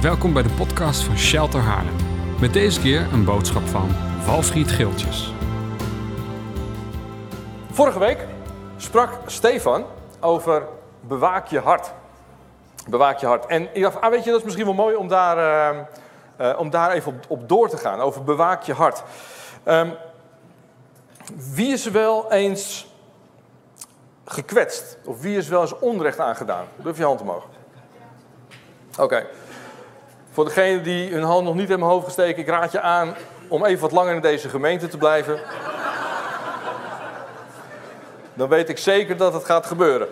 Welkom bij de podcast van Shelter Haarlem. Met deze keer een boodschap van Walfried Geeltjes. Vorige week sprak Stefan over bewaak je hart. Bewaak je hart. En ik dacht, weet je, dat is misschien wel mooi om daar even op door te gaan. Over bewaak je hart. Wie is wel eens gekwetst? Of wie is wel eens onrecht aangedaan? Doe je hand omhoog. Oké. Voor degenen die hun hand nog niet in mijn hoofd gesteken, ik raad je aan om even wat langer in deze gemeente te blijven. Dan weet ik zeker dat het gaat gebeuren.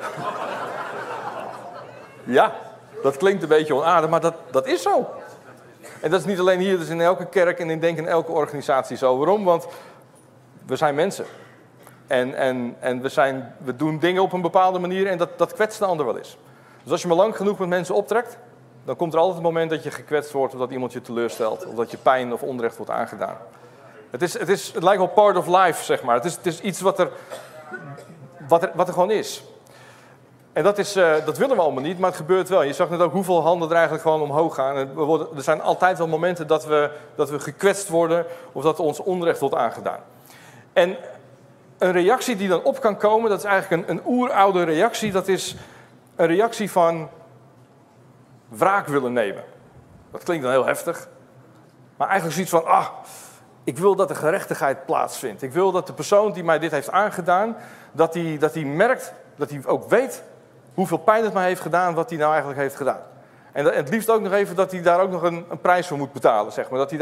Ja, dat klinkt een beetje onaardig, maar dat is zo. En dat is niet alleen hier, dat is in elke kerk en ik denk in elke organisatie zo. Waarom? Want we zijn mensen. En we doen dingen op een bepaalde manier en dat kwetst de ander wel eens. Dus als je maar lang genoeg met mensen optrekt, dan komt er altijd een moment dat je gekwetst wordt, of dat iemand je teleurstelt, of dat je pijn of onrecht wordt aangedaan. Het lijkt wel part of life, zeg maar. Het is iets wat er gewoon is. En dat willen we allemaal niet, maar het gebeurt wel. Je zag net ook hoeveel handen er eigenlijk gewoon omhoog gaan. Er zijn altijd wel momenten dat we gekwetst worden, of dat ons onrecht wordt aangedaan. En een reactie die dan op kan komen, dat is eigenlijk een oeroude reactie. Dat is een reactie van wraak willen nemen. Dat klinkt dan heel heftig. Maar eigenlijk zoiets van, ik wil dat de gerechtigheid plaatsvindt. Ik wil dat de persoon die mij dit heeft aangedaan, dat hij merkt, dat hij ook weet hoeveel pijn het mij heeft gedaan, wat hij nou eigenlijk heeft gedaan. En het liefst ook nog even dat hij daar ook nog een prijs voor moet betalen, zeg maar. Dat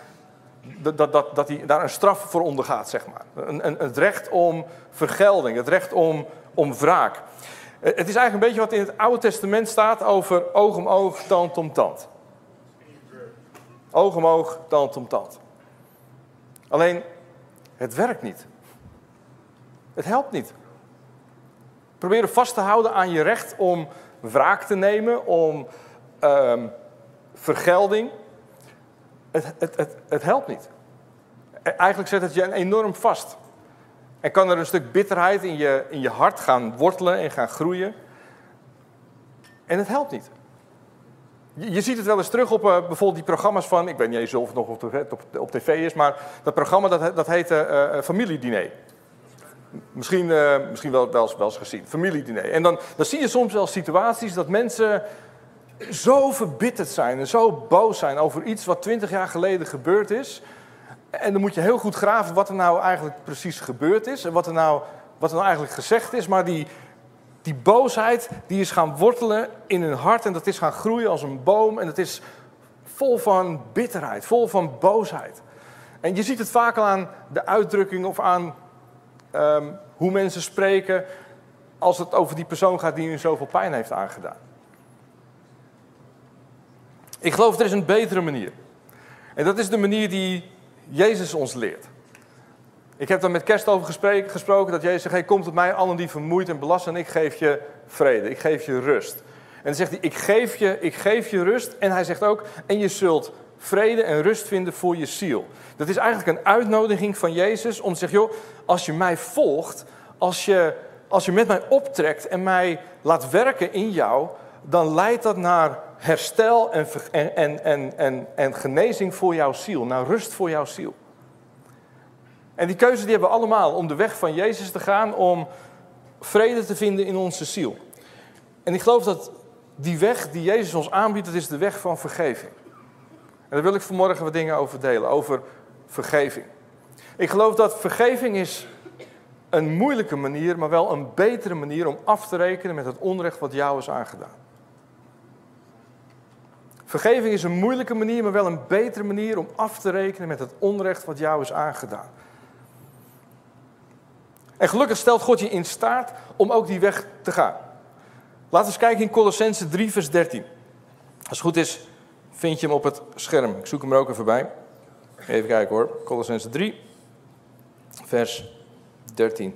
hij daar een straf voor ondergaat, zeg maar. Het recht om vergelding, het recht om wraak. Het is eigenlijk een beetje wat in het Oude Testament staat over oog om oog, tand om tand. Oog om oog, tand om tand. Alleen, het werkt niet. Het helpt niet. Probeer vast te houden aan je recht om wraak te nemen, om vergelding. Het helpt niet. Eigenlijk zet het je enorm vast. En kan er een stuk bitterheid in je hart gaan wortelen en gaan groeien. En het helpt niet. Je ziet het wel eens terug op bijvoorbeeld die programma's van, ik weet niet eens of het nog op tv is, maar dat programma dat heet Familiediner. Misschien wel eens gezien, Familiediner. En dan zie je soms wel situaties dat mensen zo verbitterd zijn en zo boos zijn over iets wat 20 jaar geleden gebeurd is. En dan moet je heel goed graven wat er nou eigenlijk precies gebeurd is en wat er nou eigenlijk gezegd is. Maar die boosheid die is gaan wortelen in hun hart en dat is gaan groeien als een boom. En het is vol van bitterheid, vol van boosheid. En je ziet het vaak al aan de uitdrukking of aan hoe mensen spreken als het over die persoon gaat die hun zoveel pijn heeft aangedaan. Ik geloof er is een betere manier. En dat is de manier die Jezus ons leert. Ik heb daar met kerst over gesproken dat Jezus zegt, hey, kom tot mij allen die vermoeid en belast zijn en ik geef je vrede, ik geef je rust. En dan zegt hij, ik geef je rust en hij zegt ook, en je zult vrede en rust vinden voor je ziel. Dat is eigenlijk een uitnodiging van Jezus om te zeggen, joh, als je mij volgt, als je met mij optrekt en mij laat werken in jou, dan leidt dat naar herstel en genezing voor jouw ziel, naar rust voor jouw ziel. En die keuze die hebben we allemaal om de weg van Jezus te gaan, om vrede te vinden in onze ziel. En ik geloof dat die weg die Jezus ons aanbiedt, dat is de weg van vergeving. En daar wil ik vanmorgen wat dingen over delen, over vergeving. Ik geloof dat vergeving is een moeilijke manier, maar wel een betere manier om af te rekenen met het onrecht wat jou is aangedaan. Vergeving is een moeilijke manier, maar wel een betere manier om af te rekenen met het onrecht wat jou is aangedaan. En gelukkig stelt God je in staat om ook die weg te gaan. Laten we eens kijken in Kolossenzen 3 vers 13. Als het goed is, vind je hem op het scherm. Ik zoek hem er ook even bij. Even kijken hoor. Kolossenzen 3 vers 13.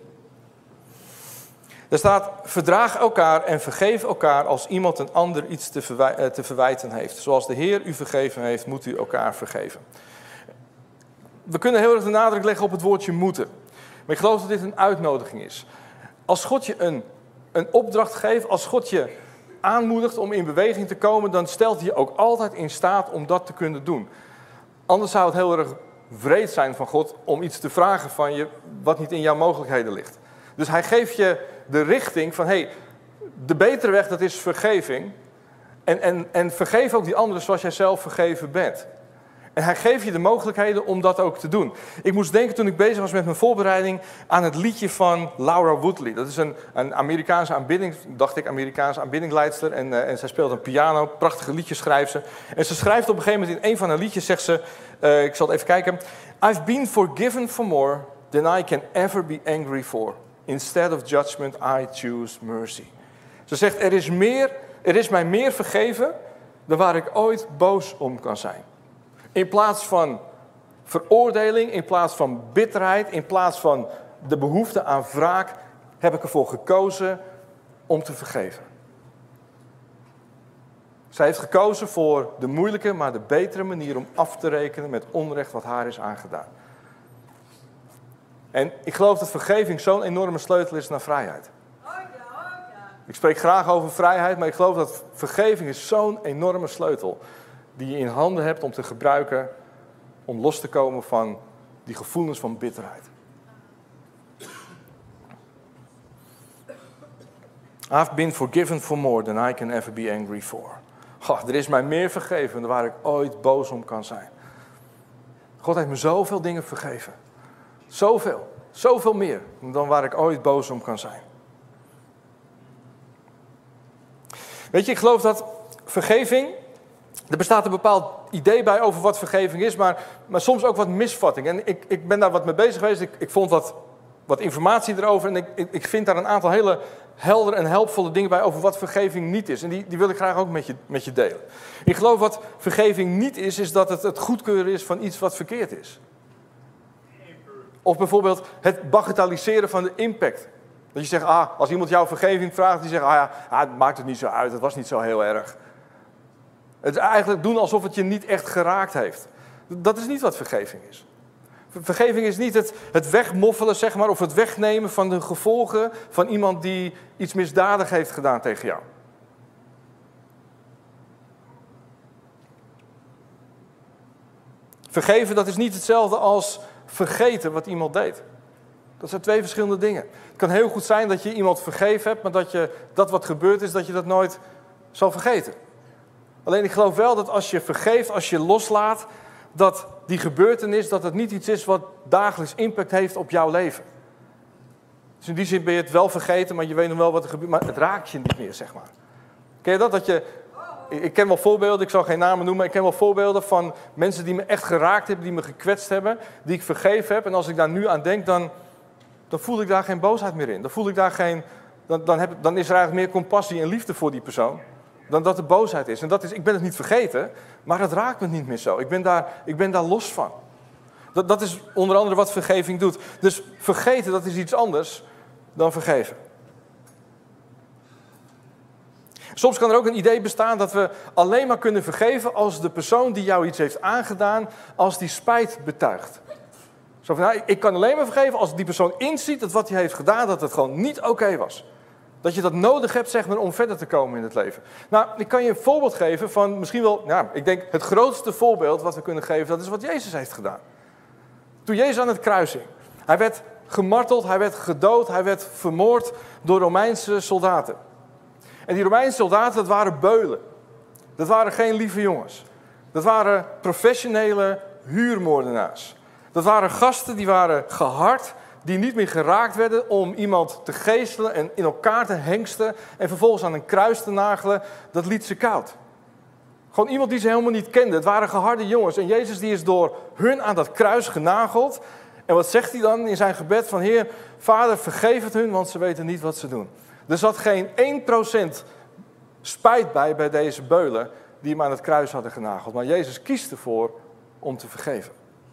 Er staat, verdraag elkaar en vergeef elkaar als iemand een ander iets te verwijten heeft. Zoals de Heer u vergeven heeft, moet u elkaar vergeven. We kunnen heel erg de nadruk leggen op het woordje moeten. Maar ik geloof dat dit een uitnodiging is. Als God je een opdracht geeft, als God je aanmoedigt om in beweging te komen, dan stelt hij je ook altijd in staat om dat te kunnen doen. Anders zou het heel erg wreed zijn van God om iets te vragen van je wat niet in jouw mogelijkheden ligt. Dus hij geeft je de richting van, de betere weg, dat is vergeving. En vergeef ook die anderen zoals jij zelf vergeven bent. En hij geeft je de mogelijkheden om dat ook te doen. Ik moest denken toen ik bezig was met mijn voorbereiding aan het liedje van Laura Woodley. Dat is een Amerikaanse aanbiddingleidster. En zij speelt een piano, prachtige liedjes schrijft ze. En ze schrijft op een gegeven moment in een van haar liedjes, zegt ze, ik zal het even kijken. I've been forgiven for more than I can ever be angry for. Instead of judgment, I choose mercy. Ze zegt, er is mij meer vergeven dan waar ik ooit boos om kan zijn. In plaats van veroordeling, in plaats van bitterheid, in plaats van de behoefte aan wraak, heb ik ervoor gekozen om te vergeven. Zij heeft gekozen voor de moeilijke, maar de betere manier om af te rekenen met onrecht wat haar is aangedaan. En ik geloof dat vergeving zo'n enorme sleutel is naar vrijheid. Ik spreek graag over vrijheid, maar ik geloof dat vergeving is zo'n enorme sleutel die je in handen hebt om te gebruiken om los te komen van die gevoelens van bitterheid. I've been forgiven for more than I can ever be angry for. Er is mij meer vergeven dan waar ik ooit boos om kan zijn. God heeft me zoveel dingen vergeven. Zoveel meer dan waar ik ooit boos om kan zijn. Weet je, ik geloof dat vergeving, er bestaat een bepaald idee bij over wat vergeving is, maar soms ook wat misvatting. En ik ben daar wat mee bezig geweest, ik vond wat informatie erover en ik vind daar een aantal hele heldere en helpvolle dingen bij over wat vergeving niet is. En die wil ik graag ook met je delen. Ik geloof wat vergeving niet is dat het goedkeuren is van iets wat verkeerd is. Of bijvoorbeeld het bagatelliseren van de impact. Dat je zegt, als iemand jouw vergeving vraagt, die zegt, het maakt het niet zo uit, het was niet zo heel erg. Het is eigenlijk doen alsof het je niet echt geraakt heeft. Dat is niet wat vergeving is. Vergeving is niet het wegmoffelen, zeg maar, of het wegnemen van de gevolgen van iemand die iets misdadig heeft gedaan tegen jou. Vergeven, dat is niet hetzelfde als vergeten wat iemand deed. Dat zijn twee verschillende dingen. Het kan heel goed zijn dat je iemand vergeven hebt, maar dat je dat wat gebeurd is, dat je dat nooit zal vergeten. Alleen ik geloof wel dat als je vergeeft, als je loslaat, dat die gebeurtenis, dat het niet iets is wat dagelijks impact heeft op jouw leven. Dus in die zin ben je het wel vergeten, maar je weet nog wel wat er gebeurt, maar het raakt je niet meer, zeg maar. Ken je dat? Ik ken wel voorbeelden, ik zal geen namen noemen, maar ik ken wel voorbeelden van mensen die me echt geraakt hebben, die me gekwetst hebben, die ik vergeven heb. En als ik daar nu aan denk, dan voel ik daar geen boosheid meer in. Dan voel ik daar dan is er eigenlijk meer compassie en liefde voor die persoon dan dat er boosheid is. En ik ben het niet vergeten, maar het raakt me niet meer zo. Ik ben daar los van. Dat is onder andere wat vergeving doet. Dus vergeten, dat is iets anders dan vergeven. Soms kan er ook een idee bestaan dat we alleen maar kunnen vergeven als de persoon die jou iets heeft aangedaan, als die spijt betuigt. Zo van, ik kan alleen maar vergeven als die persoon inziet dat wat hij heeft gedaan, dat het gewoon niet oké was. Dat je dat nodig hebt, zeg maar, om verder te komen in het leven. Nou, ik kan je een voorbeeld geven van misschien wel, ik denk het grootste voorbeeld wat we kunnen geven, dat is wat Jezus heeft gedaan. Toen Jezus aan het kruis hing. Hij werd gemarteld, hij werd gedood, hij werd vermoord door Romeinse soldaten. En die Romeinse soldaten, dat waren beulen. Dat waren geen lieve jongens. Dat waren professionele huurmoordenaars. Dat waren gasten die waren gehard, die niet meer geraakt werden om iemand te geeselen en in elkaar te hengsten en vervolgens aan een kruis te nagelen. Dat liet ze koud. Gewoon iemand die ze helemaal niet kende. Het waren geharde jongens. En Jezus die is door hun aan dat kruis genageld. En wat zegt hij dan in zijn gebed van Heer, Vader, vergeef het hun, want ze weten niet wat ze doen. Er zat geen 1% spijt bij deze beulen die hem aan het kruis hadden genageld. Maar Jezus kiest ervoor om te vergeven.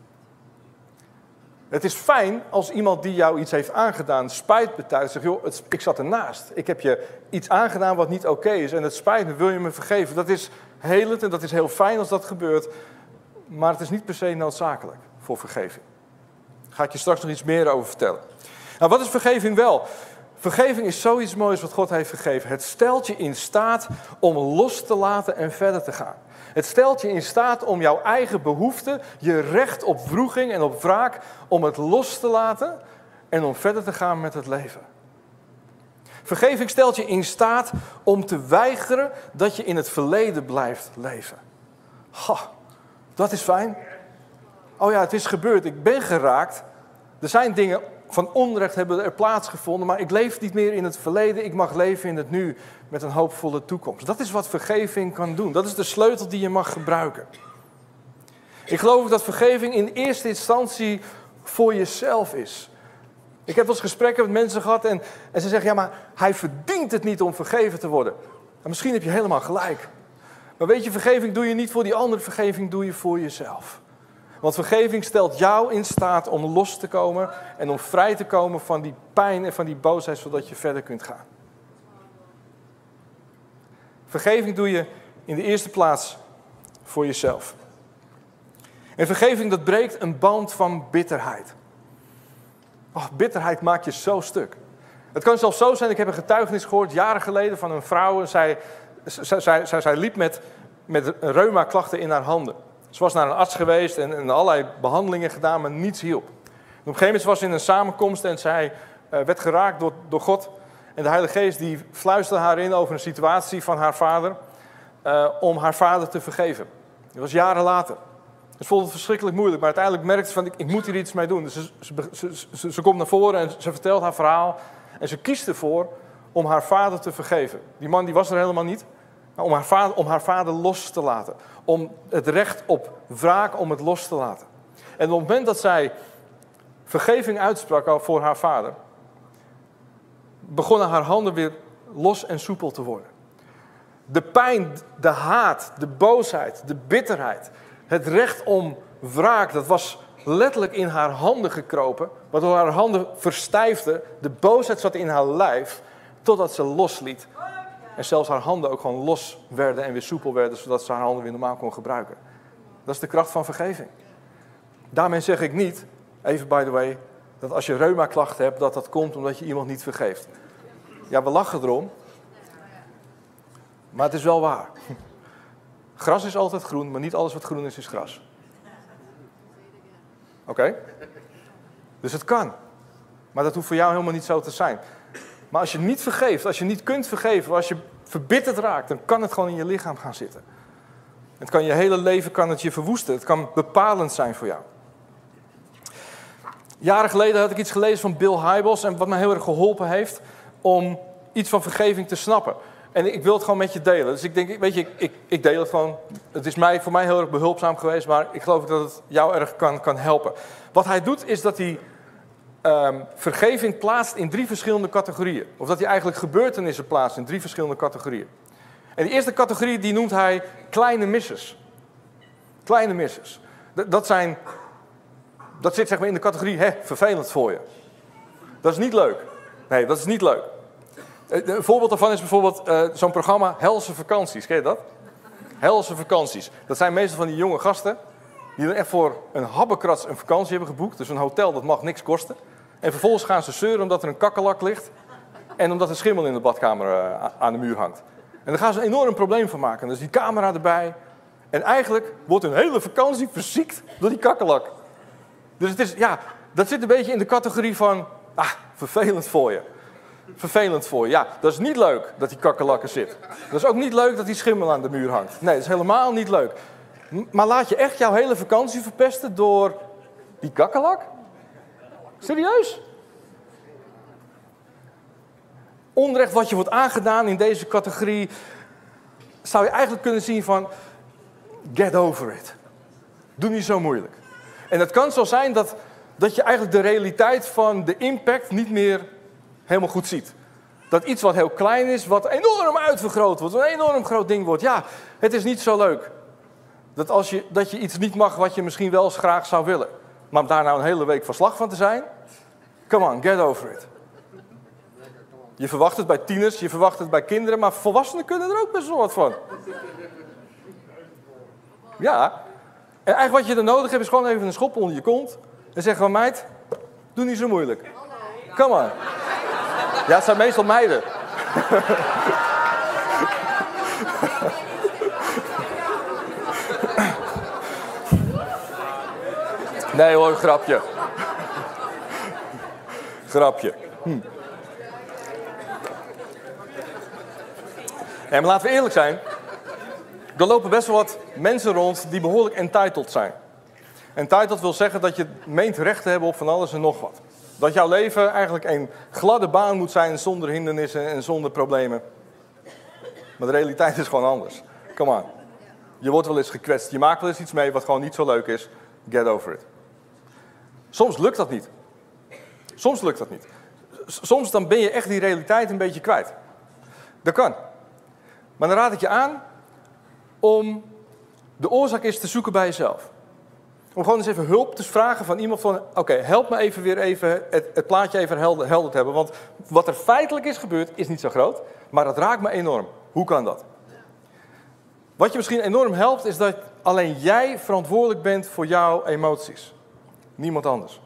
Het is fijn als iemand die jou iets heeft aangedaan spijt betuigt. Zegt, joh, ik zat ernaast. Ik heb je iets aangedaan wat niet oké is. En het spijt me, wil je me vergeven? Dat is helend en dat is heel fijn als dat gebeurt. Maar het is niet per se noodzakelijk voor vergeving. Daar ga ik je straks nog iets meer over vertellen. Nou, wat is vergeving wel? Vergeving is zoiets moois wat God heeft gegeven. Het stelt je in staat om los te laten en verder te gaan. Het stelt je in staat om jouw eigen behoeften, je recht op wroeging en op wraak, om het los te laten en om verder te gaan met het leven. Vergeving stelt je in staat om te weigeren dat je in het verleden blijft leven. Dat is fijn. Oh ja, het is gebeurd, ik ben geraakt. Er zijn dingen van onrecht hebben er plaatsgevonden, maar ik leef niet meer in het verleden. Ik mag leven in het nu met een hoopvolle toekomst. Dat is wat vergeving kan doen. Dat is de sleutel die je mag gebruiken. Ik geloof dat vergeving in eerste instantie voor jezelf is. Ik heb wel eens gesprekken met mensen gehad en ze zeggen, ja, maar hij verdient het niet om vergeven te worden. En misschien heb je helemaal gelijk. Maar weet je, vergeving doe je niet voor die andere, vergeving doe je voor jezelf. Want vergeving stelt jou in staat om los te komen en om vrij te komen van die pijn en van die boosheid, zodat je verder kunt gaan. Vergeving doe je in de eerste plaats voor jezelf. En vergeving, dat breekt een band van bitterheid. Bitterheid maakt je zo stuk. Het kan zelfs zo zijn, ik heb een getuigenis gehoord jaren geleden van een vrouw. Zij liep met reuma-klachten in haar handen. Ze was naar een arts geweest en allerlei behandelingen gedaan, maar niets hielp. En op een gegeven moment was ze in een samenkomst en zij werd geraakt door God. En de Heilige Geest die fluisterde haar in over een situatie van haar vader, om haar vader te vergeven. Dat was jaren later. Ze vond het verschrikkelijk moeilijk, maar uiteindelijk merkte ze van, ik moet hier iets mee doen. Dus ze komt naar voren en ze vertelt haar verhaal. En ze kiest ervoor om haar vader te vergeven. Die man die was er helemaal niet. Maar om haar vader los te laten. Om het recht op wraak, om het los te laten. En op het moment dat zij vergeving uitsprak voor haar vader, begonnen haar handen weer los en soepel te worden. De pijn, de haat, de boosheid, de bitterheid, het recht om wraak, dat was letterlijk in haar handen gekropen, waardoor haar handen verstijfden. De boosheid zat in haar lijf, totdat ze losliet. En zelfs haar handen ook gewoon los werden en weer soepel werden, zodat ze haar handen weer normaal kon gebruiken. Dat is de kracht van vergeving. Daarmee zeg ik niet, even by the way, dat als je reuma-klachten hebt, dat komt omdat je iemand niet vergeeft. Ja, we lachen erom, maar het is wel waar. Gras is altijd groen, maar niet alles wat groen is gras. Oké? Dus het kan. Maar dat hoeft voor jou helemaal niet zo te zijn. Maar als je niet vergeeft, als je niet kunt vergeven, als je verbitterd raakt, dan kan het gewoon in je lichaam gaan zitten. Het kan je hele leven kan het je verwoesten. Het kan bepalend zijn voor jou. Jaren geleden had ik iets gelezen van Bill Hybels en wat mij heel erg geholpen heeft om iets van vergeving te snappen. En ik wil het gewoon met je delen. Dus ik denk, weet je, ik deel het gewoon. Het is voor mij heel erg behulpzaam geweest, maar ik geloof dat het jou erg kan helpen. Wat hij doet is dat hij vergeving plaatst in 3 verschillende categorieën. Of dat hij eigenlijk gebeurtenissen plaatst in 3 verschillende categorieën. En de eerste categorie die noemt hij kleine missers. Kleine missers. Dat zit zeg maar in de categorie, vervelend voor je. Dat is niet leuk. Nee, dat is niet leuk. Een voorbeeld daarvan is bijvoorbeeld zo'n programma Helse Vakanties. Ken je dat? Helse Vakanties. Dat zijn meestal van die jonge gasten die dan echt voor een habbekrats een vakantie hebben geboekt. Dus een hotel, dat mag niks kosten. En vervolgens gaan ze zeuren omdat er een kakkelak ligt en omdat een schimmel in de badkamer aan de muur hangt. En daar gaan ze een enorm probleem van maken. Dus die camera erbij. En eigenlijk wordt hun hele vakantie verziekt door die kakkelak. Dus het is, ja, dat zit een beetje in de categorie van, vervelend voor je. Vervelend voor je. Ja, dat is niet leuk dat die kakkelak er zit. Dat is ook niet leuk dat die schimmel aan de muur hangt. Nee, dat is helemaal niet leuk. Maar laat je echt jouw hele vakantie verpesten door die kakkelak? Serieus? Onrecht wat je wordt aangedaan in deze categorie, zou je eigenlijk kunnen zien van, get over it. Doe niet zo moeilijk. En het kan zo zijn dat je eigenlijk de realiteit van de impact niet meer helemaal goed ziet. Dat iets wat heel klein is, wat enorm uitvergroot wordt, een enorm groot ding wordt. Ja, het is niet zo leuk. Dat je iets niet mag wat je misschien wel eens graag zou willen. Maar om daar nou een hele week verslag van te zijn, come on, get over it. Je verwacht het bij tieners, je verwacht het bij kinderen, maar volwassenen kunnen er ook best wel wat van. Ja, en eigenlijk wat je er nodig hebt is gewoon even een schop onder je kont. En zeggen van, meid, doe niet zo moeilijk. Come on. Ja, het zijn meestal meiden. Nee hoor, grapje. Grapje. Nee, maar laten we eerlijk zijn. Er lopen best wel wat mensen rond die behoorlijk entitled zijn. Entitled wil zeggen dat je meent recht te hebben op van alles en nog wat. Dat jouw leven eigenlijk een gladde baan moet zijn zonder hindernissen en zonder problemen. Maar de realiteit is gewoon anders. Come on. Je wordt wel eens gekwetst. Je maakt wel eens iets mee wat gewoon niet zo leuk is. Get over it. Soms lukt dat niet. Soms lukt dat niet. Soms dan ben je echt die realiteit een beetje kwijt. Dat kan. Maar dan raad ik je aan om de oorzaak eens te zoeken bij jezelf. Om gewoon eens even hulp te vragen van iemand van... Oké, help me even weer het plaatje even helder te hebben. Want wat er feitelijk is gebeurd is niet zo groot. Maar dat raakt me enorm. Hoe kan dat? Wat je misschien enorm helpt is dat alleen jij verantwoordelijk bent voor jouw emoties. Niemand anders.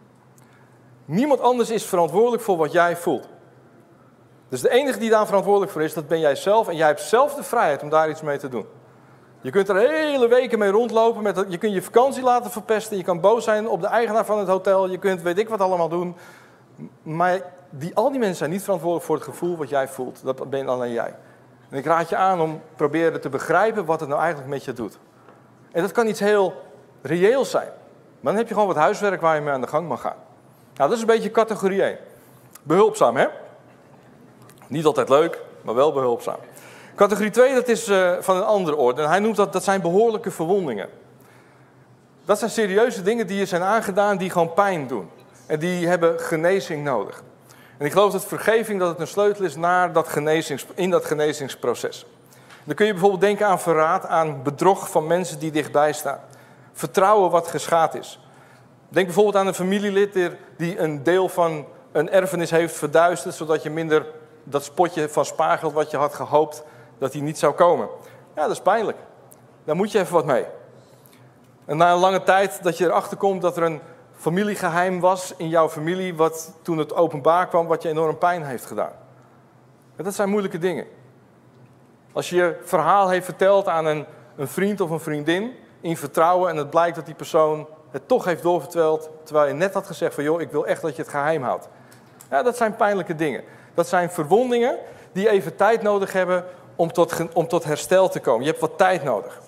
Niemand anders is verantwoordelijk voor wat jij voelt. Dus de enige die daar verantwoordelijk voor is, dat ben jij zelf. En jij hebt zelf de vrijheid om daar iets mee te doen. Je kunt er hele weken mee rondlopen. Je kunt je vakantie laten verpesten. Je kan boos zijn op de eigenaar van het hotel. Je kunt weet ik wat allemaal doen. Maar al die mensen zijn niet verantwoordelijk voor het gevoel wat jij voelt. Dat ben alleen jij. En ik raad je aan om proberen te begrijpen wat het nou eigenlijk met je doet. En dat kan iets heel reëels zijn. Maar dan heb je gewoon wat huiswerk waar je mee aan de gang mag gaan. Nou, dat is een beetje categorie 1. Behulpzaam, hè? Niet altijd leuk, maar wel behulpzaam. Categorie 2, dat is van een andere orde. En hij noemt dat zijn behoorlijke verwondingen. Dat zijn serieuze dingen die je zijn aangedaan die gewoon pijn doen. En die hebben genezing nodig. En ik geloof dat vergeving dat het een sleutel is naar in dat genezingsproces. Dan kun je bijvoorbeeld denken aan verraad, aan bedrog van mensen die dichtbij staan. Vertrouwen wat geschaad is. Denk bijvoorbeeld aan een familielid die een deel van een erfenis heeft verduisterd, zodat je minder dat spotje van spaargeld wat je had gehoopt, dat die niet zou komen. Ja, dat is pijnlijk. Daar moet je even wat mee. En na een lange tijd dat je erachter komt dat er een familiegeheim was in jouw familie, wat toen het openbaar kwam, wat je enorm pijn heeft gedaan. En dat zijn moeilijke dingen. Als je je verhaal heeft verteld aan een vriend of een vriendin in vertrouwen en het blijkt dat die persoon het toch heeft doorverteld, terwijl je net had gezegd van joh, ik wil echt dat je het geheim houdt. Ja, dat zijn pijnlijke dingen. Dat zijn verwondingen die even tijd nodig hebben om tot herstel te komen. Je hebt wat tijd nodig.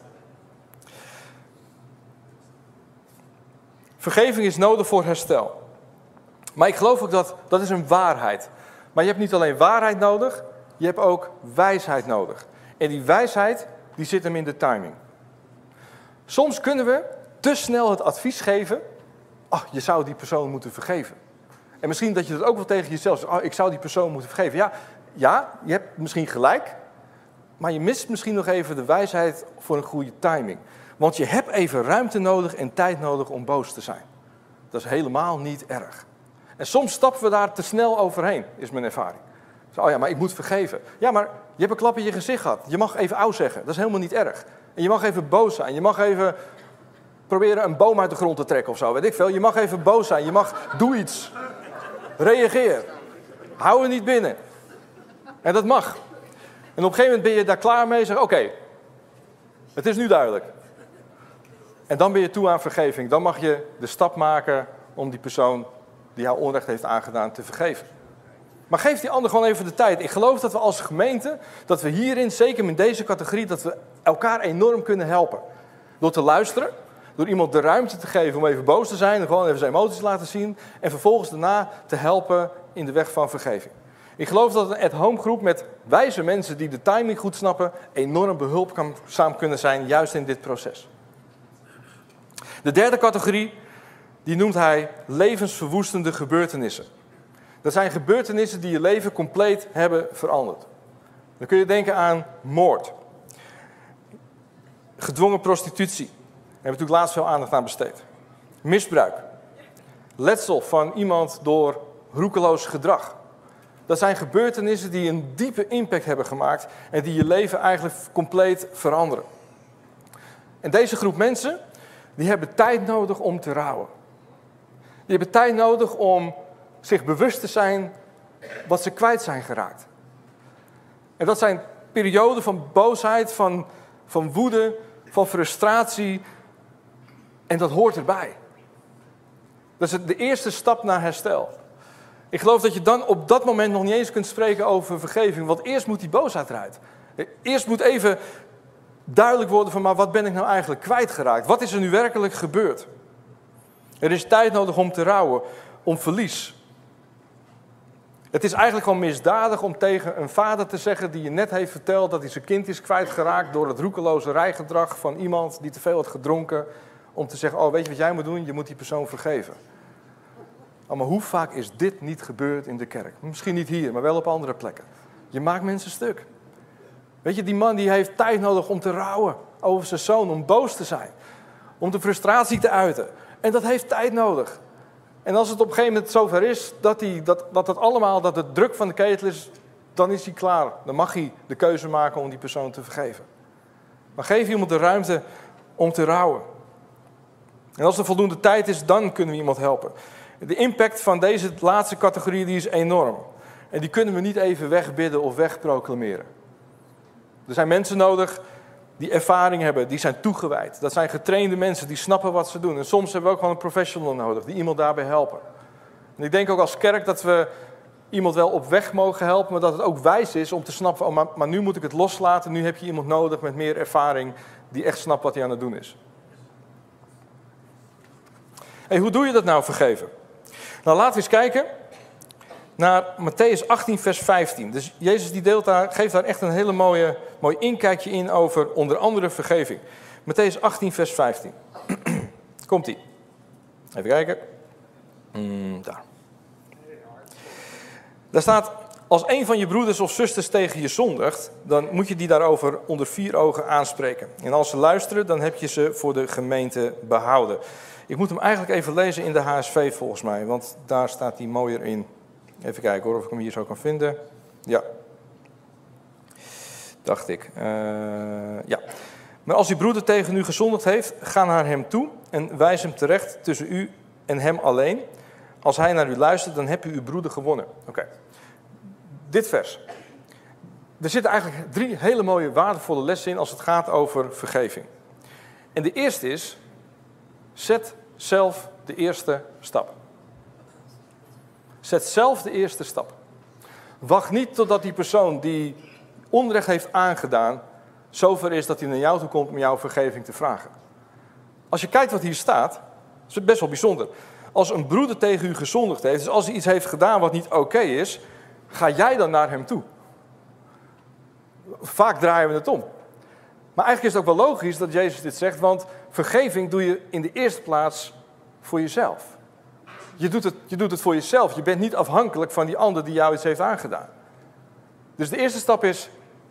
Vergeving is nodig voor herstel. Maar ik geloof ook dat is een waarheid. Maar je hebt niet alleen waarheid nodig, je hebt ook wijsheid nodig. En die wijsheid, die zit hem in de timing. Soms kunnen we te snel het advies geven, je zou die persoon moeten vergeven. En misschien dat je dat ook wel tegen jezelf zegt, ik zou die persoon moeten vergeven. Ja, je hebt misschien gelijk, maar je mist misschien nog even de wijsheid voor een goede timing. Want je hebt even ruimte nodig en tijd nodig om boos te zijn. Dat is helemaal niet erg. En soms stappen we daar te snel overheen, is mijn ervaring. Maar ik moet vergeven. Ja, maar je hebt een klap in je gezicht gehad. Je mag even au zeggen, dat is helemaal niet erg. En je mag even boos zijn, je mag even proberen een boom uit de grond te trekken of zo, weet ik veel. Je mag even boos zijn, doe iets. Reageer. Hou het niet binnen. En dat mag. En op een gegeven moment ben je daar klaar mee en zeg oké, het is nu duidelijk. En dan ben je toe aan vergeving. Dan mag je de stap maken om die persoon die jou onrecht heeft aangedaan te vergeven. Maar geef die ander gewoon even de tijd. Ik geloof dat we als gemeente, dat we hierin, zeker in deze categorie, dat we elkaar enorm kunnen helpen. Door te luisteren, door iemand de ruimte te geven om even boos te zijn en gewoon even zijn emoties te laten zien. En vervolgens daarna te helpen in de weg van vergeving. Ik geloof dat een at-home groep met wijze mensen die de timing goed snappen, enorm behulpzaam kunnen zijn, juist in dit proces. De derde categorie, die noemt hij levensverwoestende gebeurtenissen. Dat zijn gebeurtenissen die je leven compleet hebben veranderd. Dan kun je denken aan moord. Gedwongen prostitutie. Daar hebben we natuurlijk laatst veel aandacht aan besteed. Misbruik. Letsel van iemand door roekeloos gedrag. Dat zijn gebeurtenissen die een diepe impact hebben gemaakt en die je leven eigenlijk compleet veranderen. En deze groep mensen, die hebben tijd nodig om te rouwen. Die hebben tijd nodig om zich bewust te zijn wat ze kwijt zijn geraakt. En dat zijn perioden van boosheid, van woede, van frustratie. En dat hoort erbij. Dat is de eerste stap naar herstel. Ik geloof dat je dan op dat moment nog niet eens kunt spreken over vergeving. Want eerst moet die boosheid eruit. Eerst moet even duidelijk worden van, maar wat ben ik nou eigenlijk kwijtgeraakt? Wat is er nu werkelijk gebeurd? Er is tijd nodig om te rouwen, om verlies. Het is eigenlijk gewoon misdadig om tegen een vader te zeggen die je net heeft verteld dat hij zijn kind is kwijtgeraakt door het roekeloze rijgedrag van iemand die te veel had gedronken. Om te zeggen, oh weet je wat jij moet doen? Je moet die persoon vergeven. Oh, maar hoe vaak is dit niet gebeurd in de kerk? Misschien niet hier, maar wel op andere plekken. Je maakt mensen stuk. Weet je, die man die heeft tijd nodig om te rouwen over zijn zoon, om boos te zijn. Om de frustratie te uiten. En dat heeft tijd nodig. En als het op een gegeven moment zover is dat de druk van de ketel is, dan is hij klaar. Dan mag hij de keuze maken om die persoon te vergeven. Maar geef iemand de ruimte om te rouwen. En als er voldoende tijd is, dan kunnen we iemand helpen. De impact van deze laatste categorie die is enorm. En die kunnen we niet even wegbidden of wegproclameren. Er zijn mensen nodig die ervaring hebben, die zijn toegewijd. Dat zijn getrainde mensen, die snappen wat ze doen. En soms hebben we ook gewoon een professional nodig, die iemand daarbij helpen. En ik denk ook als kerk dat we iemand wel op weg mogen helpen, maar dat het ook wijs is om te snappen, oh, maar nu moet ik het loslaten, nu heb je iemand nodig met meer ervaring, die echt snapt wat hij aan het doen is. Hey, hoe doe je dat nou, vergeven? Nou, laten we eens kijken naar Mattheüs 18, vers 15. Dus Jezus die geeft daar echt een hele mooi inkijkje in over onder andere vergeving. Mattheüs 18, vers 15. Komt-ie. Even kijken. Daar. Daar staat, als een van je broeders of zusters tegen je zondigt, dan moet je die daarover onder 4 ogen aanspreken. En als ze luisteren, dan heb je ze voor de gemeente behouden. Ik moet hem eigenlijk even lezen in de HSV volgens mij, want daar staat hij mooier in. Even kijken hoor, of ik hem hier zo kan vinden. Ja. Dacht ik. Ja. Maar als uw broeder tegen u gezondigd heeft, ga naar hem toe en wijs hem terecht tussen u en hem alleen. Als hij naar u luistert, dan heb u uw broeder gewonnen. Oké. Dit vers. Er zitten eigenlijk 3 hele mooie, waardevolle lessen in als het gaat over vergeving. En de eerste is, zet zelf de eerste stap. Zet zelf de eerste stap. Wacht niet totdat die persoon die onrecht heeft aangedaan, zover is dat hij naar jou toe komt om jouw vergeving te vragen. Als je kijkt wat hier staat, is het best wel bijzonder. Als een broeder tegen u gezondigd heeft, dus als hij iets heeft gedaan wat niet oké is, ga jij dan naar hem toe? Vaak draaien we het om. Maar eigenlijk is het ook wel logisch dat Jezus dit zegt, want vergeving doe je in de eerste plaats voor jezelf. Je doet het voor jezelf. Je bent niet afhankelijk van die ander die jou iets heeft aangedaan. Dus de eerste stap is,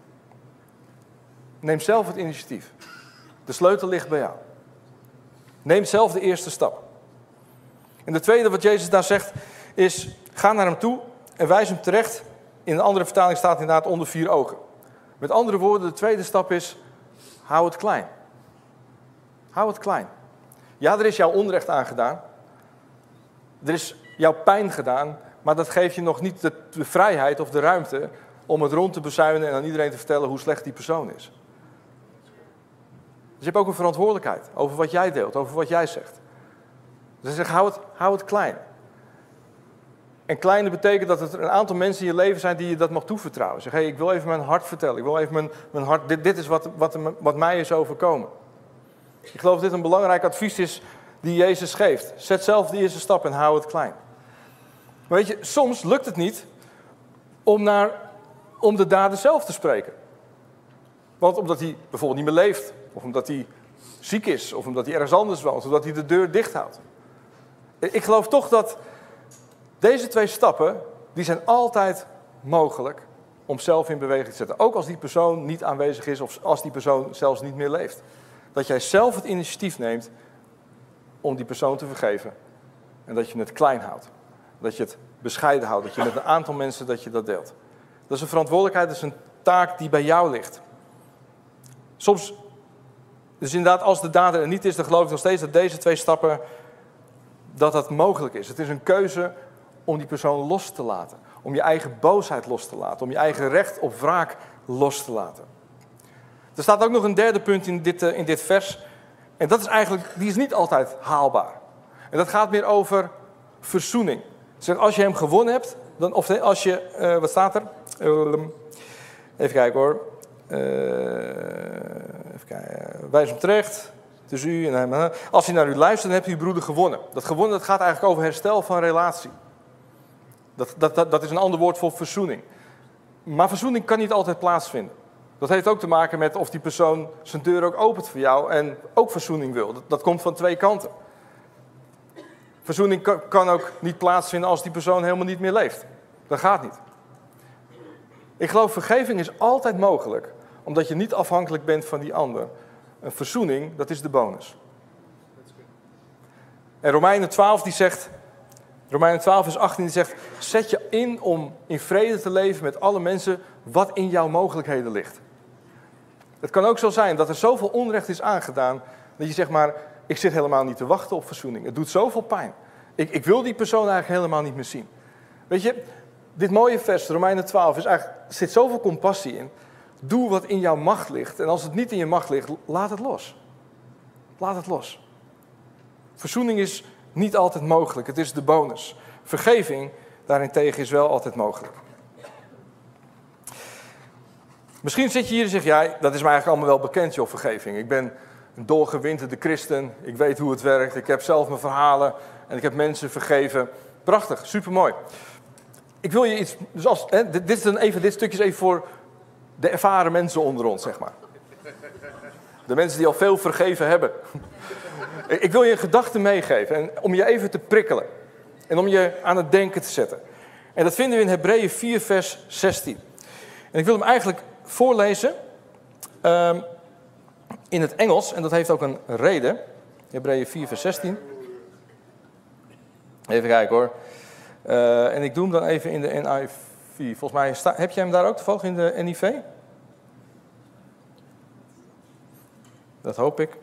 neem zelf het initiatief. De sleutel ligt bij jou. Neem zelf de eerste stap. En de tweede wat Jezus daar zegt is, ga naar hem toe en wijs hem terecht. In een andere vertaling staat inderdaad onder 4 ogen. Met andere woorden, de tweede stap is, hou het klein. Hou het klein. Ja, er is jouw onrecht aangedaan. Er is jouw pijn gedaan, maar dat geeft je nog niet de vrijheid of de ruimte om het rond te bezuinen en aan iedereen te vertellen hoe slecht die persoon is. Dus je hebt ook een verantwoordelijkheid over wat jij deelt, over wat jij zegt. Dus hij zegt, hou het klein. En kleine betekent dat er een aantal mensen in je leven zijn die je dat mag toevertrouwen. Zeg, hey, ik wil even mijn hart vertellen. Ik wil even mijn hart, dit is wat mij is overkomen. Ik geloof dat dit een belangrijk advies is die Jezus geeft. Zet zelf de eerste stap en hou het klein. Maar weet je, soms lukt het niet om de dader zelf te spreken. Want omdat hij bijvoorbeeld niet meer leeft. Of omdat hij ziek is. Of omdat hij ergens anders woont. Of omdat hij de deur dicht houdt. Ik geloof toch dat deze 2 stappen, die zijn altijd mogelijk om zelf in beweging te zetten. Ook als die persoon niet aanwezig is of als die persoon zelfs niet meer leeft. Dat jij zelf het initiatief neemt om die persoon te vergeven. En dat je het klein houdt. Dat je het bescheiden houdt. Dat je met een aantal mensen dat je dat deelt. Dat is een verantwoordelijkheid, dat is een taak die bij jou ligt. Soms, dus inderdaad, als de dader er niet is, dan geloof ik nog steeds dat deze 2 stappen, dat mogelijk is. Het is een keuze om die persoon los te laten. Om je eigen boosheid los te laten. Om je eigen recht op wraak los te laten. Er staat ook nog een derde punt in dit vers. En dat is eigenlijk, die is niet altijd haalbaar. En dat gaat meer over verzoening. Dus als je hem gewonnen hebt, dan, of als je, wat staat er? Even kijken hoor. Even kijken. Wijs hem terecht. Het is u en hem. Als hij naar u luistert, dan hebt u uw broeder gewonnen. Dat gewonnen, dat gaat eigenlijk over herstel van relatie. Dat is een ander woord voor verzoening. Maar verzoening kan niet altijd plaatsvinden. Dat heeft ook te maken met of die persoon zijn deur ook opent voor jou en ook verzoening wil. Dat komt van twee kanten. Verzoening kan ook niet plaatsvinden als die persoon helemaal niet meer leeft. Dat gaat niet. Ik geloof vergeving is altijd mogelijk, omdat je niet afhankelijk bent van die ander. Een verzoening, dat is de bonus. En Romeinen 12 vers 18 die zegt, zet je in om in vrede te leven met alle mensen wat in jouw mogelijkheden ligt. Het kan ook zo zijn dat er zoveel onrecht is aangedaan, dat je zegt maar, ik zit helemaal niet te wachten op verzoening. Het doet zoveel pijn. Ik wil die persoon eigenlijk helemaal niet meer zien. Weet je, dit mooie vers, Romeinen 12, er zit zoveel compassie in. Doe wat in jouw macht ligt. En als het niet in je macht ligt, laat het los. Laat het los. Verzoening is niet altijd mogelijk. Het is de bonus. Vergeving daarentegen is wel altijd mogelijk. Misschien zit je hier en zeg ja, dat is mij eigenlijk allemaal wel bekend, joh, vergeving. Ik ben een doorgewinterde christen. Ik weet hoe het werkt. Ik heb zelf mijn verhalen. En ik heb mensen vergeven. Prachtig, supermooi. Ik wil je iets... Dus dit stukje is even voor de ervaren mensen onder ons, zeg maar. De mensen die al veel vergeven hebben. Ik wil je een gedachte meegeven. En om je even te prikkelen. En om je aan het denken te zetten. En dat vinden we in Hebreeën 4 vers 16. En ik wil hem eigenlijk voorlezen. In het Engels. En dat heeft ook een reden. Hebreeën 4 vers 16. Even kijken hoor. En ik doe hem dan even in de NIV. Volgens mij heb jij hem daar ook toevallig in de NIV? Dat hoop ik.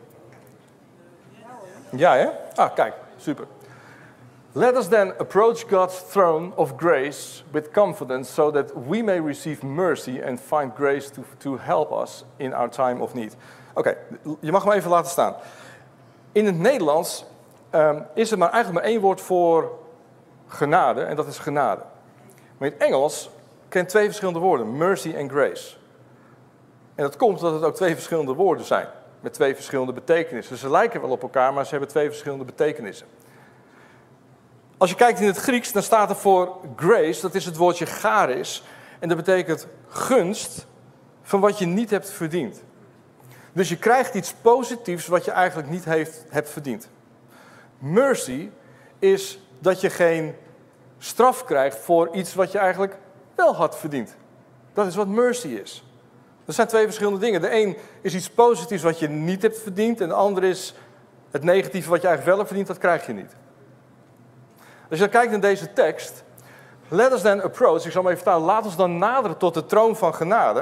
Ja, hè? Ah, kijk, super. Let us then approach God's throne of grace with confidence, so that we may receive mercy and find grace to help us in our time of need. Oké, je mag hem even laten staan. In het Nederlands is er maar eigenlijk maar één woord voor genade, en dat is genade. Maar in het Engels kent twee verschillende woorden, mercy en grace. En dat komt omdat het ook twee verschillende woorden zijn, met twee verschillende betekenissen. Ze lijken wel op elkaar, maar ze hebben twee verschillende betekenissen. Als je kijkt in het Grieks, dan staat er voor grace, dat is het woordje charis. En dat betekent gunst van wat je niet hebt verdiend. Dus je krijgt iets positiefs wat je eigenlijk niet hebt verdiend. Mercy is dat je geen straf krijgt voor iets wat je eigenlijk wel had verdiend. Dat is wat mercy is. Dat zijn twee verschillende dingen. De een is iets positiefs wat je niet hebt verdiend. En de ander is het negatieve wat je eigenlijk wel hebt verdiend, dat krijg je niet. Als je dan kijkt naar deze tekst. Let us then approach, ik zal hem even vertalen. Laat ons dan naderen tot de troon van genade.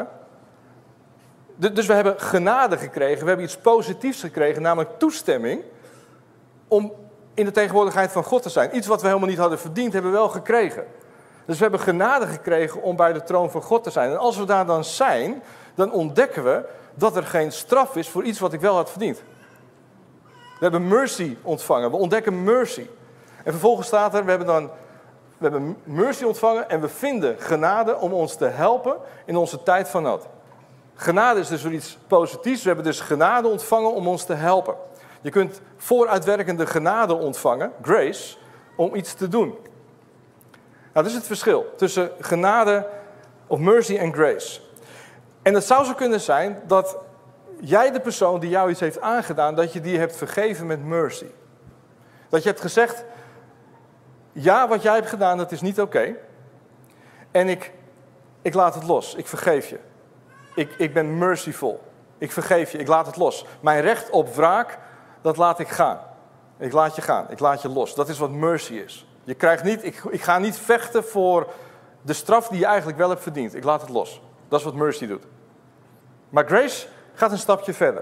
Dus we hebben genade gekregen. We hebben iets positiefs gekregen, namelijk toestemming om in de tegenwoordigheid van God te zijn. Iets wat we helemaal niet hadden verdiend, hebben we wel gekregen. Dus we hebben genade gekregen om bij de troon van God te zijn. En als we daar dan zijn, dan ontdekken we dat er geen straf is voor iets wat ik wel had verdiend. We hebben mercy ontvangen. We ontdekken mercy. En vervolgens staat er, we hebben mercy ontvangen en we vinden genade om ons te helpen in onze tijd van nood. Genade is dus weer iets positiefs. We hebben dus genade ontvangen om ons te helpen. Je kunt vooruitwerkende genade ontvangen, grace, om iets te doen. Nou, dat is het verschil tussen genade of mercy en grace. En het zou zo kunnen zijn dat jij de persoon die jou iets heeft aangedaan, dat je die hebt vergeven met mercy. Dat je hebt gezegd, ja, wat jij hebt gedaan, dat is niet oké. En ik laat het los, ik vergeef je. Ik ben merciful. Ik vergeef je, ik laat het los. Mijn recht op wraak, dat laat ik gaan. Ik laat je gaan, ik laat je los. Dat is wat mercy is. Je krijgt niet, ik ga niet vechten voor de straf die je eigenlijk wel hebt verdiend. Ik laat het los. Dat is wat mercy doet. Maar grace gaat een stapje verder.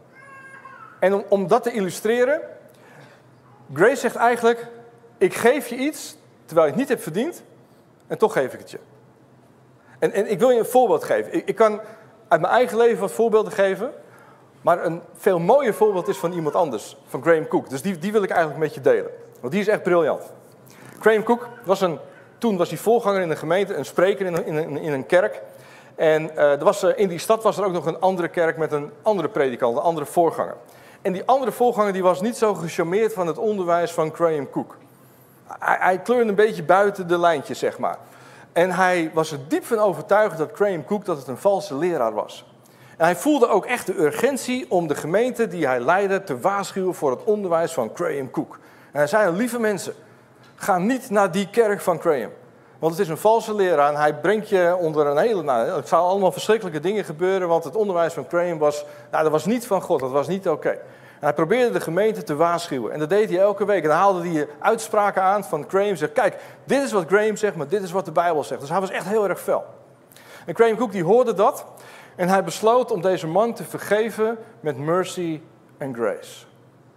En om dat te illustreren, grace zegt eigenlijk, ik geef je iets, terwijl je het niet hebt verdiend. En toch geef ik het je. En ik wil je een voorbeeld geven. Ik kan uit mijn eigen leven wat voorbeelden geven. Maar een veel mooier voorbeeld is van iemand anders. Van Graham Cooke. Dus die wil ik eigenlijk met je delen. Want die is echt briljant. Graham Cooke toen was hij voorganger in een gemeente. Een spreker in een kerk. En in die stad was er ook nog een andere kerk met een andere predikant. Een andere voorganger. En die andere voorganger die was niet zo gecharmeerd van het onderwijs van Graham Cooke. Hij kleurde een beetje buiten de lijntjes, zeg maar. En hij was er diep van overtuigd dat Graham Cooke dat het een valse leraar was. En hij voelde ook echt de urgentie om de gemeente die hij leidde te waarschuwen voor het onderwijs van Graham Cooke. En hij zei, lieve mensen, ga niet naar die kerk van Graham. Want het is een valse leraar en hij brengt je onder een hele... het zou allemaal verschrikkelijke dingen gebeuren, want het onderwijs van Graham dat was niet van God, dat was niet oké. En hij probeerde de gemeente te waarschuwen. En dat deed hij elke week. En dan haalde hij uitspraken aan van Graham. Zegt, kijk, dit is wat Graham zegt, maar dit is wat de Bijbel zegt. Dus hij was echt heel erg fel. En Graham Cooke die hoorde dat. En hij besloot om deze man te vergeven met mercy en grace.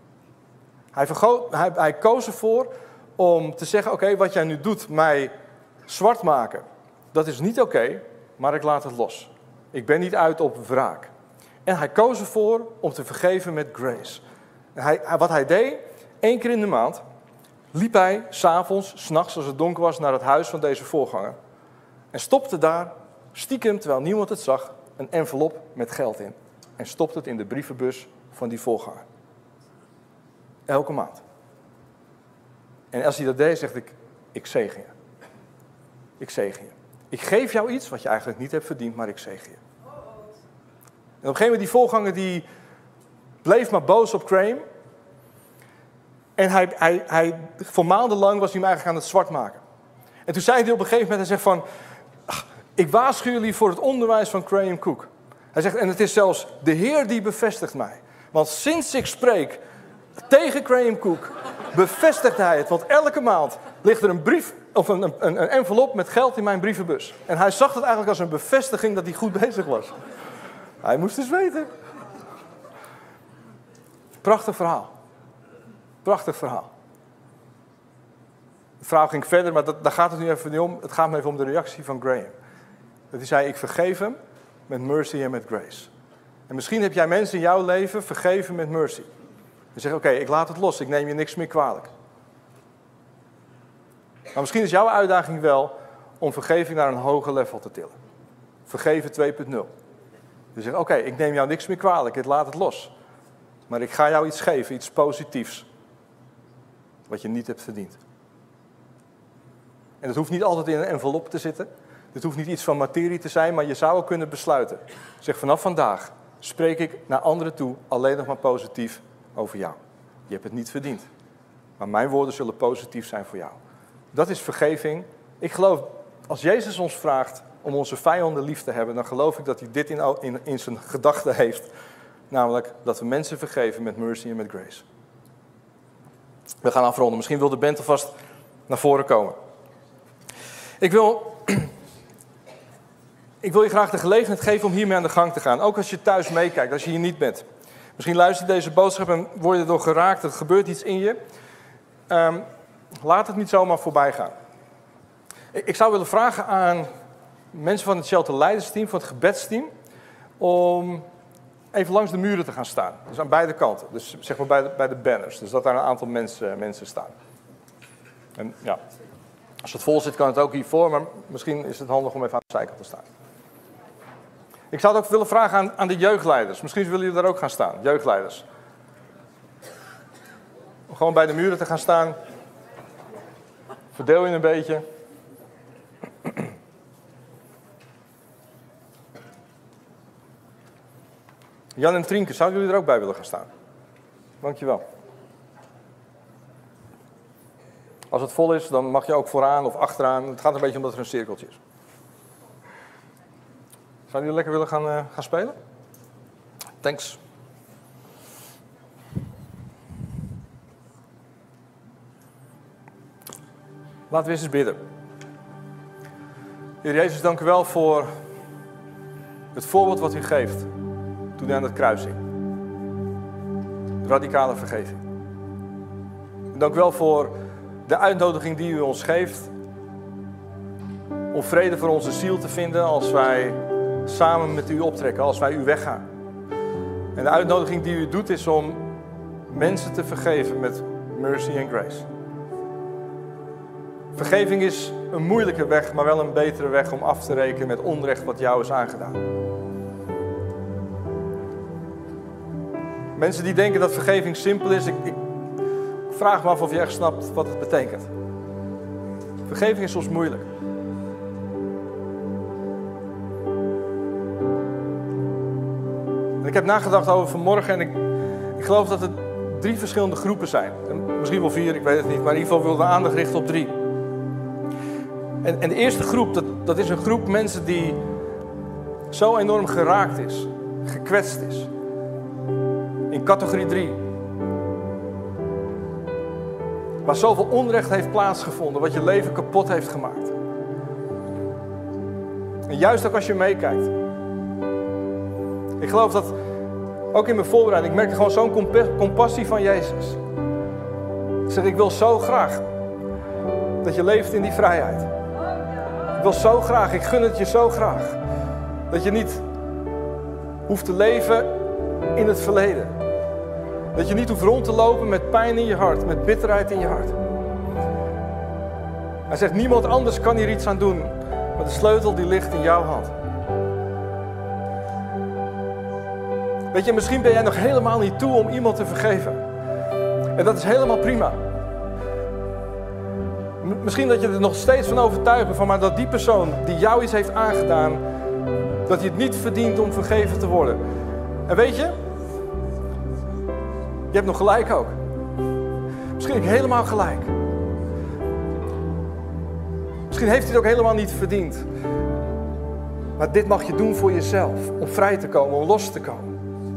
Hij koos ervoor om te zeggen, oké, wat jij nu doet, mij zwart maken. Dat is niet oké, maar ik laat het los. Ik ben niet uit op wraak. En hij koos ervoor om te vergeven met grace. En wat hij deed, 1 keer in de maand, liep hij 's avonds, 's nachts als het donker was, naar het huis van deze voorganger. En stopte daar, stiekem, terwijl niemand het zag, een envelop met geld in. En stopte het in de brievenbus van die voorganger. Elke maand. En als hij dat deed, zegt ik zegen je. Ik zegen je. Ik geef jou iets wat je eigenlijk niet hebt verdiend, maar ik zegen je. En op een gegeven moment die voorganger die bleef maar boos op Graham. En hij voor maandenlang was hij hem eigenlijk aan het zwart maken. En toen zei hij op een gegeven moment, hij zegt van... ik waarschuw jullie voor het onderwijs van Graham Cooke. Hij zegt, en het is zelfs de Heer die bevestigt mij. Want sinds ik spreek tegen Graham Cooke, bevestigt hij het. Want elke maand ligt er een brief of een envelop met geld in mijn brievenbus. En hij zag het eigenlijk als een bevestiging dat hij goed bezig was. Hij moest dus weten. Prachtig verhaal. Prachtig verhaal. De vrouw ging verder, maar daar gaat het nu even niet om. Het gaat me even om de reactie van Graham. Dat hij zei, ik vergeef hem met mercy en met grace. En misschien heb jij mensen in jouw leven vergeven met mercy. Je zegt, oké, ik laat het los, ik neem je niks meer kwalijk. Maar misschien is jouw uitdaging wel om vergeving naar een hoger level te tillen. Vergeven 2.0. Je zegt, oké, ik neem jou niks meer kwalijk, ik laat het los. Maar ik ga jou iets geven, iets positiefs. Wat je niet hebt verdiend. En dat hoeft niet altijd in een envelop te zitten. Dit hoeft niet iets van materie te zijn, maar je zou ook kunnen besluiten. Zeg, vanaf vandaag spreek ik naar anderen toe alleen nog maar positief over jou. Je hebt het niet verdiend. Maar mijn woorden zullen positief zijn voor jou. Dat is vergeving. Ik geloof, als Jezus ons vraagt om onze vijanden lief te hebben, dan geloof ik dat hij dit in zijn gedachten heeft. Namelijk dat we mensen vergeven met mercy en met grace. We gaan afronden. Misschien wil de band alvast naar voren komen. Ik wil je graag de gelegenheid geven om hiermee aan de gang te gaan. Ook als je thuis meekijkt, als je hier niet bent. Misschien luister je deze boodschap en word je erdoor geraakt. Er gebeurt iets in je. Laat het niet zomaar voorbij gaan. Ik zou willen vragen aan mensen van het Shelter Leidersteam, van het gebedsteam, om even langs de muren te gaan staan. Dus aan beide kanten. Dus zeg maar bij de banners. Dus dat daar een aantal mensen staan. En ja, als het vol zit kan het ook hiervoor, maar misschien is het handig om even aan de zijkant te staan. Ik zou het ook willen vragen aan de jeugdleiders. Misschien willen jullie daar ook gaan staan, jeugdleiders. Om gewoon bij de muren te gaan staan. Verdeel je een beetje. Jan en Trienke, zouden jullie er ook bij willen gaan staan? Dankjewel. Als het vol is, dan mag je ook vooraan of achteraan. Het gaat een beetje omdat er een cirkeltje is. Zouden jullie lekker willen gaan spelen? Thanks. Laten we eens bidden. Heer Jezus, dank u wel voor het voorbeeld wat u geeft toen u aan het kruis hing. Radicale vergeving. En dank u wel voor de uitnodiging die u ons geeft om vrede voor onze ziel te vinden als wij samen met u optrekken, als wij u weggaan. En de uitnodiging die u doet is om mensen te vergeven met mercy en grace. Vergeving is een moeilijke weg, maar wel een betere weg om af te rekenen met onrecht wat jou is aangedaan. Mensen die denken dat vergeving simpel is, ik vraag me af of je echt snapt wat het betekent. Vergeving is soms moeilijk. En ik heb nagedacht over vanmorgen en ik geloof dat het 3 verschillende groepen zijn. Misschien wel 4, ik weet het niet, maar in ieder geval wil ik de aandacht richten op 3. En de eerste groep, dat is een groep mensen die zo enorm geraakt is, gekwetst is. In categorie 3. Waar zoveel onrecht heeft plaatsgevonden, wat je leven kapot heeft gemaakt. En juist ook als je meekijkt. Ik geloof dat, ook in mijn voorbereiding, ik merkte gewoon zo'n compassie van Jezus. Ik zeg, ik wil zo graag dat je leeft in die vrijheid. Ik wil zo graag, ik gun het je zo graag. Dat je niet hoeft te leven in het verleden. Dat je niet hoeft rond te lopen met pijn in je hart, met bitterheid in je hart. Hij zegt, niemand anders kan hier iets aan doen. Maar de sleutel die ligt in jouw hand. Weet je, misschien ben jij nog helemaal niet toe om iemand te vergeven. En dat is helemaal prima. Misschien dat je er nog steeds van overtuigd bent, maar dat die persoon die jou iets heeft aangedaan, dat je het niet verdient om vergeven te worden. En weet je, je hebt nog gelijk ook. Misschien heb ik helemaal gelijk. Misschien heeft hij het ook helemaal niet verdiend. Maar dit mag je doen voor jezelf, om vrij te komen, om los te komen.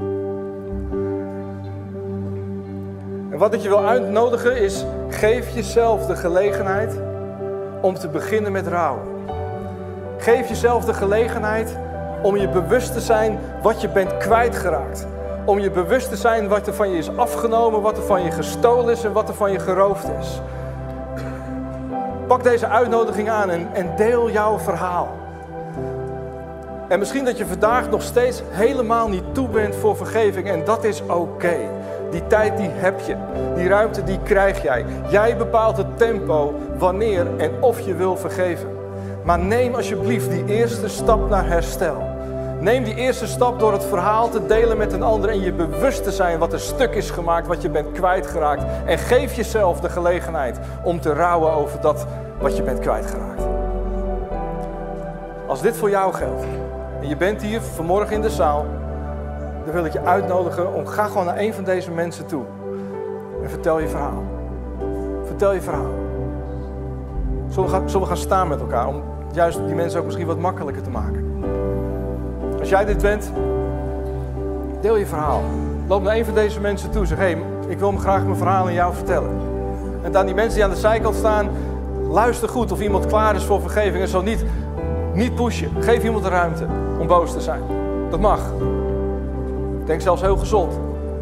En wat ik je wil uitnodigen is, geef jezelf de gelegenheid om te beginnen met rouwen. Geef jezelf de gelegenheid om je bewust te zijn wat je bent kwijtgeraakt. Om je bewust te zijn wat er van je is afgenomen, wat er van je gestolen is en wat er van je geroofd is. Pak deze uitnodiging aan en deel jouw verhaal. En misschien dat je vandaag nog steeds helemaal niet toe bent voor vergeving en dat is oké. Die tijd die heb je, die ruimte die krijg jij. Jij bepaalt het tempo, wanneer en of je wil vergeven. Maar neem alsjeblieft die eerste stap naar herstel. Neem die eerste stap door het verhaal te delen met een ander en je bewust te zijn wat er stuk is gemaakt, wat je bent kwijtgeraakt. En geef jezelf de gelegenheid om te rouwen over dat wat je bent kwijtgeraakt. Als dit voor jou geldt en je bent hier vanmorgen in de zaal, dan wil ik je uitnodigen om ga gewoon naar een van deze mensen toe en vertel je verhaal. Vertel je verhaal. Zullen we gaan staan met elkaar om juist die mensen ook misschien wat makkelijker te maken. Als jij dit bent, deel je verhaal. Loop naar een van deze mensen toe. Zeg, hé, ik wil graag mijn verhaal aan jou vertellen. En dan die mensen die aan de zijkant staan, luister goed of iemand klaar is voor vergeving. En zo niet pushen. Geef iemand de ruimte om boos te zijn. Dat mag. Ik denk zelfs heel gezond.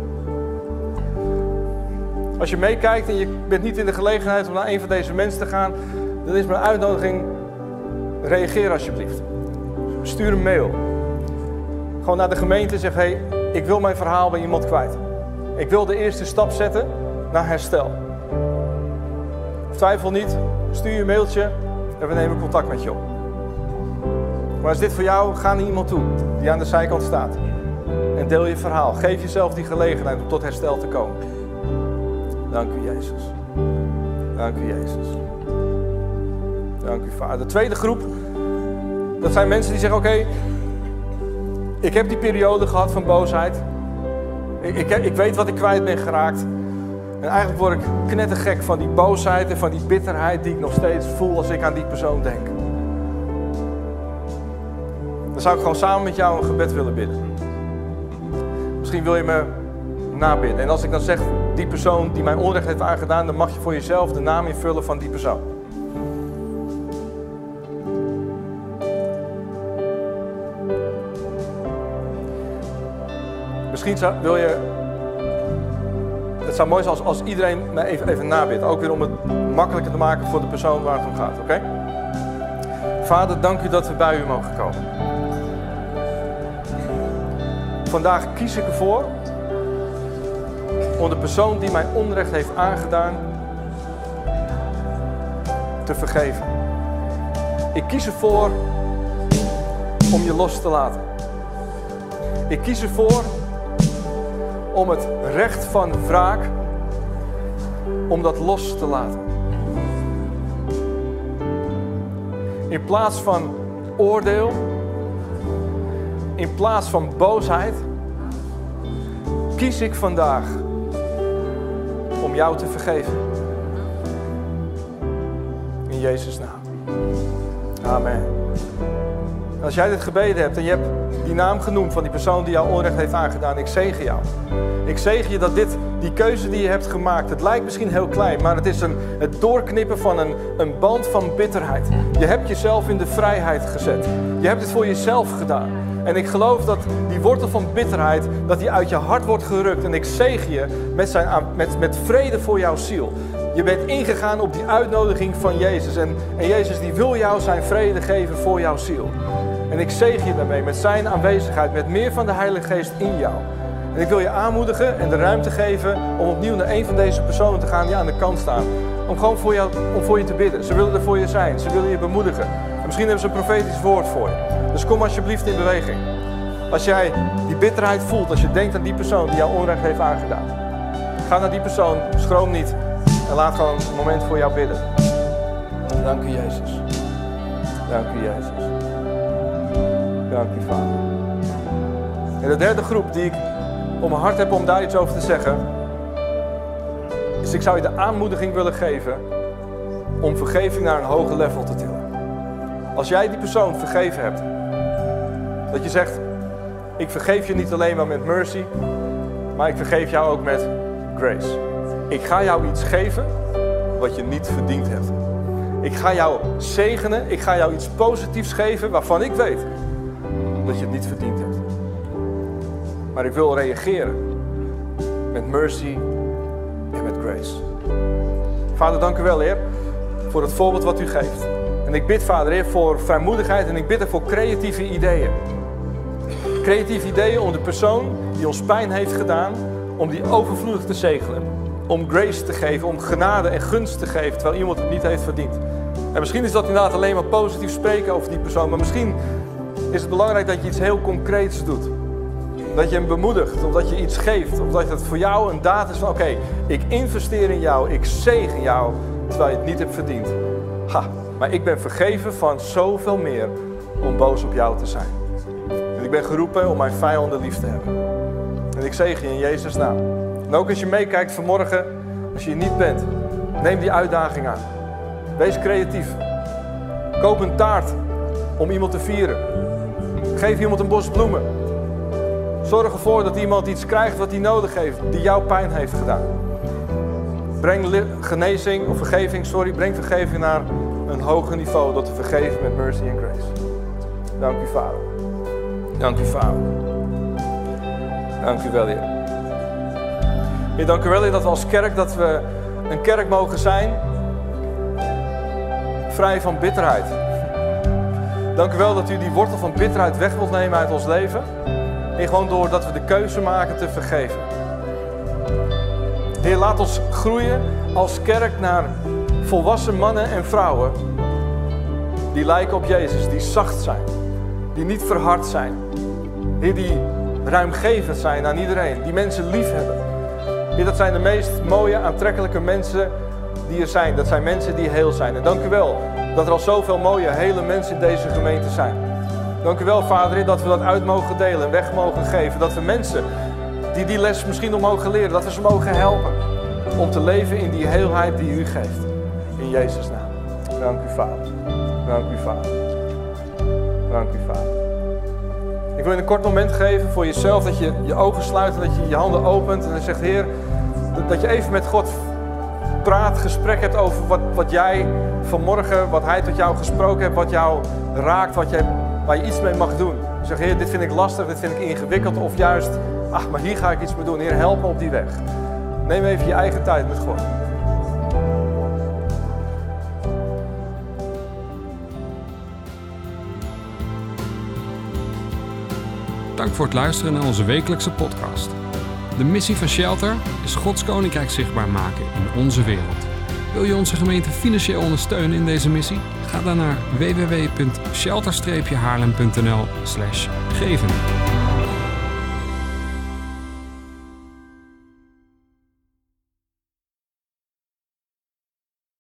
Als je meekijkt en je bent niet in de gelegenheid om naar een van deze mensen te gaan, dan is mijn uitnodiging, reageer alsjeblieft. Stuur een mail. Gewoon naar de gemeente en zeg, hé, ik wil mijn verhaal bij iemand kwijt. Ik wil de eerste stap zetten naar herstel. Twijfel niet, stuur je een mailtje en we nemen contact met je op. Maar is dit voor jou, ga naar iemand toe die aan de zijkant staat. En deel je verhaal. Geef jezelf die gelegenheid om tot herstel te komen. Dank u, Jezus. Dank u, Jezus. Dank u, Vader. De tweede groep, dat zijn mensen die zeggen, oké, ik heb die periode gehad van boosheid. Ik weet wat ik kwijt ben geraakt. En eigenlijk word ik knettergek van die boosheid en van die bitterheid die ik nog steeds voel als ik aan die persoon denk. Dan zou ik gewoon samen met jou een gebed willen bidden. Misschien wil je me nabidden. En als ik dan zeg, die persoon die mij onrecht heeft aangedaan, dan mag je voor jezelf de naam invullen van die persoon. Misschien wil je... Het zou mooi zijn als iedereen me even nabidt. Ook weer om het makkelijker te maken voor de persoon waar het om gaat. Oké? Vader, dank u dat we bij u mogen komen. Vandaag kies ik ervoor om de persoon die mij onrecht heeft aangedaan te vergeven. Ik kies ervoor om je los te laten. Ik kies ervoor om het recht van wraak, om dat los te laten. In plaats van oordeel, in plaats van boosheid, kies ik vandaag om jou te vergeven. In Jezus' naam. Amen. Als jij dit gebeden hebt en je hebt die naam genoemd van die persoon die jou onrecht heeft aangedaan, ik zegen jou. Ik zegen je dat die keuze die je hebt gemaakt, het lijkt misschien heel klein, maar het is het doorknippen van een band van bitterheid. Je hebt jezelf in de vrijheid gezet. Je hebt het voor jezelf gedaan. En ik geloof dat die wortel van bitterheid, dat die uit je hart wordt gerukt. En ik zegen je met vrede voor jouw ziel. Je bent ingegaan op die uitnodiging van Jezus. En Jezus die wil jou zijn vrede geven voor jouw ziel. En ik zegen je daarmee met zijn aanwezigheid, met meer van de Heilige Geest in jou. En ik wil je aanmoedigen en de ruimte geven om opnieuw naar een van deze personen te gaan die aan de kant staan. Om gewoon voor je te bidden. Ze willen er voor je zijn. Ze willen je bemoedigen. En misschien hebben ze een profetisch woord voor je. Dus kom alsjeblieft in beweging. Als jij die bitterheid voelt, als je denkt aan die persoon die jou onrecht heeft aangedaan. Ga naar die persoon, schroom niet. En laat gewoon een moment voor jou bidden. Dank u Jezus. Dank u Jezus. Dank u Vader. En de derde groep die ik op mijn hart heb om daar iets over te zeggen, is ik zou je de aanmoediging willen geven om vergeving naar een hoger level te tillen. Als jij die persoon vergeven hebt, dat je zegt, ik vergeef je niet alleen maar met mercy, maar ik vergeef jou ook met grace. Ik ga jou iets geven wat je niet verdiend hebt. Ik ga jou zegenen, ik ga jou iets positiefs geven waarvan ik weet dat je het niet verdiend hebt. Maar ik wil reageren met mercy en met grace. Vader, dank u wel, Heer, voor het voorbeeld wat u geeft. En ik bid, Vader, Heer, voor vrijmoedigheid en ik bid er voor creatieve ideeën. Creatieve ideeën om de persoon die ons pijn heeft gedaan, om die overvloedig te zegenen. Om grace te geven, om genade en gunst te geven, terwijl iemand het niet heeft verdiend. En misschien is dat inderdaad alleen maar positief spreken over die persoon, maar misschien is het belangrijk dat je iets heel concreets doet. Dat je hem bemoedigt, of dat je iets geeft, of dat het voor jou een daad is van oké, ik investeer in jou, ik zegen jou, terwijl je het niet hebt verdiend. Maar ik ben vergeven van zoveel meer om boos op jou te zijn. En ik ben geroepen om mijn vijanden lief te hebben. En ik zegen je in Jezus' naam. En ook als je meekijkt vanmorgen, als je er niet bent, neem die uitdaging aan. Wees creatief. Koop een taart om iemand te vieren. Geef iemand een bos bloemen. Zorg ervoor dat iemand iets krijgt wat hij nodig heeft, die jouw pijn heeft gedaan. Breng breng vergeving naar een hoger niveau door te vergeven met mercy en grace. Dank u, Vader. Dank u, Vader. Dank u wel, Heer. Heer, dank u wel, Heer, dat we als kerk, dat we een kerk mogen zijn, vrij van bitterheid. Dank u wel dat u die wortel van bitterheid weg wilt nemen uit ons leven. En gewoon doordat we de keuze maken te vergeven. Heer, laat ons groeien als kerk naar volwassen mannen en vrouwen die lijken op Jezus, die zacht zijn, die niet verhard zijn. Heer, die ruimgevend zijn aan iedereen, die mensen lief hebben. Heer, dat zijn de meest mooie, aantrekkelijke mensen die er zijn. Dat zijn mensen die heel zijn. En dank u wel dat er al zoveel mooie, hele mensen in deze gemeente zijn. Dank u wel, Vader, Heer, dat we dat uit mogen delen en weg mogen geven. Dat we mensen die les misschien nog mogen leren, dat we ze mogen helpen om te leven in die heelheid die u geeft. In Jezus' naam. Dank u, Vader. Dank u, Vader. Dank u, Vader. Ik wil je een kort moment geven voor jezelf, dat je je ogen sluit en dat je je handen opent. En dan zegt, Heer, dat je even met God praat, gesprek hebt over wat jij vanmorgen, wat Hij tot jou gesproken hebt, wat jou raakt, waar je iets mee mag doen. Zeg, Heer, dit vind ik lastig, dit vind ik ingewikkeld. Of juist, maar hier ga ik iets mee doen. Heer, help me op die weg. Neem even je eigen tijd met God. Dank voor het luisteren naar onze wekelijkse podcast. De missie van Shelter is Gods Koninkrijk zichtbaar maken in onze wereld. Wil je onze gemeente financieel ondersteunen in deze missie? Ga dan naar www.shelter-haarlem.nl/geven.